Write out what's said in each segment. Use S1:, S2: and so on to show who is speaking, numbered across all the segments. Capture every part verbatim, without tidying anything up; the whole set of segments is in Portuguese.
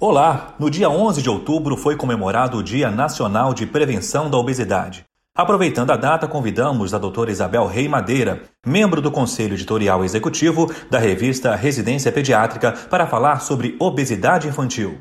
S1: Olá! No dia onze de outubro foi comemorado o Dia Nacional de Prevenção da Obesidade. Aproveitando a data, convidamos a doutora Isabel Rey Madeira, membro do Conselho Editorial Executivo da revista Residência Pediátrica, para falar sobre obesidade infantil.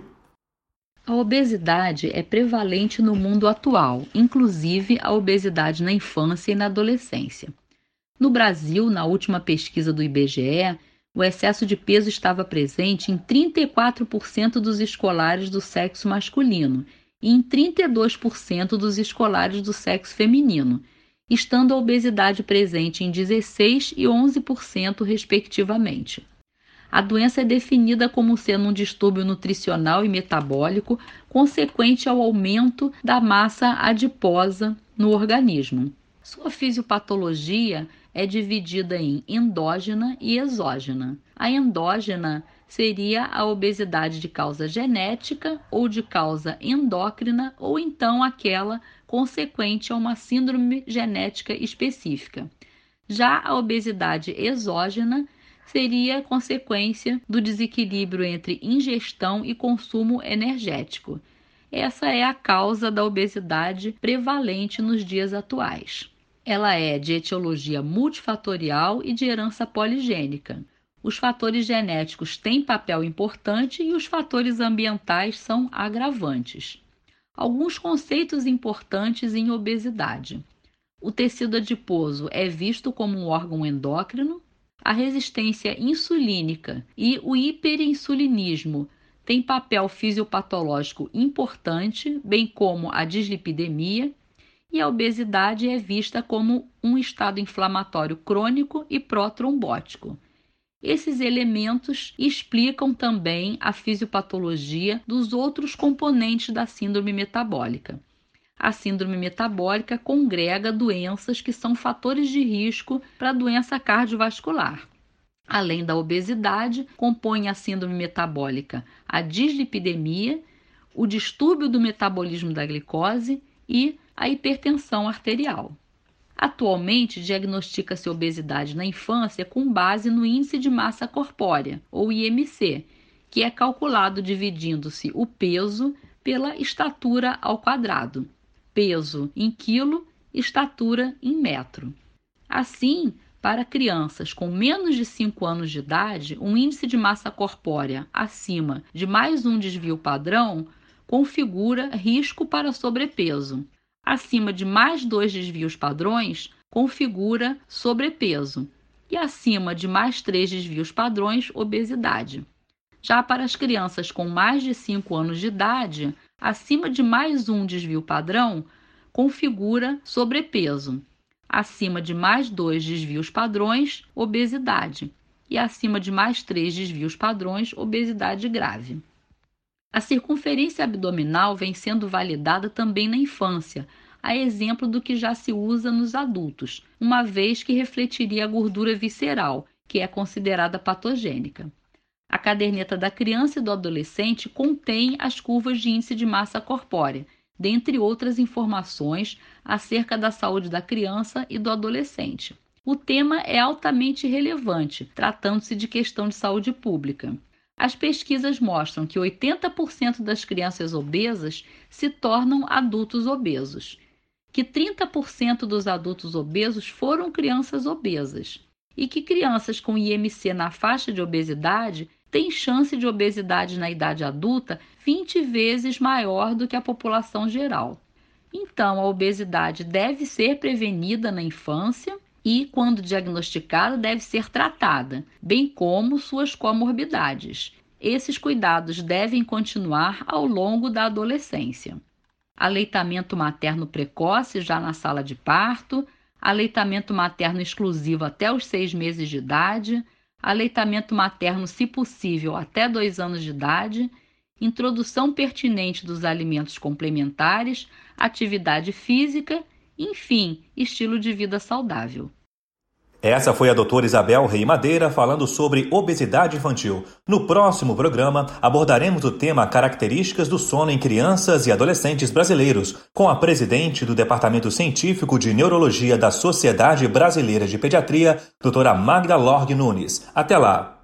S2: A obesidade é prevalente no mundo atual, inclusive a obesidade na infância e na adolescência. No Brasil, na última pesquisa do I B G E, o excesso de peso estava presente em trinta e quatro por cento dos escolares do sexo masculino e em trinta e dois por cento dos escolares do sexo feminino, estando a obesidade presente em dezesseis por cento e onze por cento, respectivamente. A doença é definida como sendo um distúrbio nutricional e metabólico consequente ao aumento da massa adiposa no organismo. Sua fisiopatologia é dividida em endógena e exógena. A endógena seria a obesidade de causa genética ou de causa endócrina ou então aquela consequente a uma síndrome genética específica. Já a obesidade exógena seria consequência do desequilíbrio entre ingestão e consumo energético. Essa é a causa da obesidade prevalente nos dias atuais. Ela é de etiologia multifatorial e de herança poligênica. Os fatores genéticos têm papel importante e os fatores ambientais são agravantes. Alguns conceitos importantes em obesidade. O tecido adiposo é visto como um órgão endócrino. A resistência insulínica e o hiperinsulinismo têm papel fisiopatológico importante, bem como a dislipidemia. E a obesidade é vista como um estado inflamatório crônico e protrombótico. Esses elementos explicam também a fisiopatologia dos outros componentes da síndrome metabólica. A síndrome metabólica congrega doenças que são fatores de risco para a doença cardiovascular. Além da obesidade, compõe a síndrome metabólica a dislipidemia, o distúrbio do metabolismo da glicose e a hipertensão arterial. Atualmente, diagnostica-se obesidade na infância com base no Índice de Massa Corpórea, ou I M C, que é calculado dividindo-se o peso pela estatura ao quadrado. Peso em quilo, estatura em metro. Assim, para crianças com menos de cinco anos de idade, um índice de massa corpórea acima de mais um desvio padrão configura risco para sobrepeso. Acima de mais dois desvios padrões, configura sobrepeso. E acima de mais três desvios padrões, obesidade. Já para as crianças com mais de cinco anos de idade, acima de mais um desvio padrão, configura sobrepeso. Acima de mais dois desvios padrões, obesidade. E acima de mais três desvios padrões, obesidade grave. A circunferência abdominal vem sendo validada também na infância, a exemplo do que já se usa nos adultos, uma vez que refletiria a gordura visceral, que é considerada patogênica. A caderneta da criança e do adolescente contém as curvas de índice de massa corpórea, dentre outras informações acerca da saúde da criança e do adolescente. O tema é altamente relevante, tratando-se de questão de saúde pública. As pesquisas mostram que oitenta por cento das crianças obesas se tornam adultos obesos, que trinta por cento dos adultos obesos foram crianças obesas e que crianças com I M C na faixa de obesidade têm chance de obesidade na idade adulta vinte vezes maior do que a população geral. Então, a obesidade deve ser prevenida na infância e, quando diagnosticada, deve ser tratada, bem como suas comorbidades. Esses cuidados devem continuar ao longo da adolescência. Aleitamento materno precoce já na sala de parto, aleitamento materno exclusivo até os seis meses de idade, aleitamento materno, se possível, até dois anos de idade, introdução pertinente dos alimentos complementares, atividade física, enfim, estilo de vida saudável.
S1: Essa foi a doutora Isabel Rey Madeira falando sobre obesidade infantil. No próximo programa, abordaremos o tema características do sono em crianças e adolescentes brasileiros, com a presidente do Departamento Científico de Neurologia da Sociedade Brasileira de Pediatria, doutora Magda Lorg Nunes. Até lá!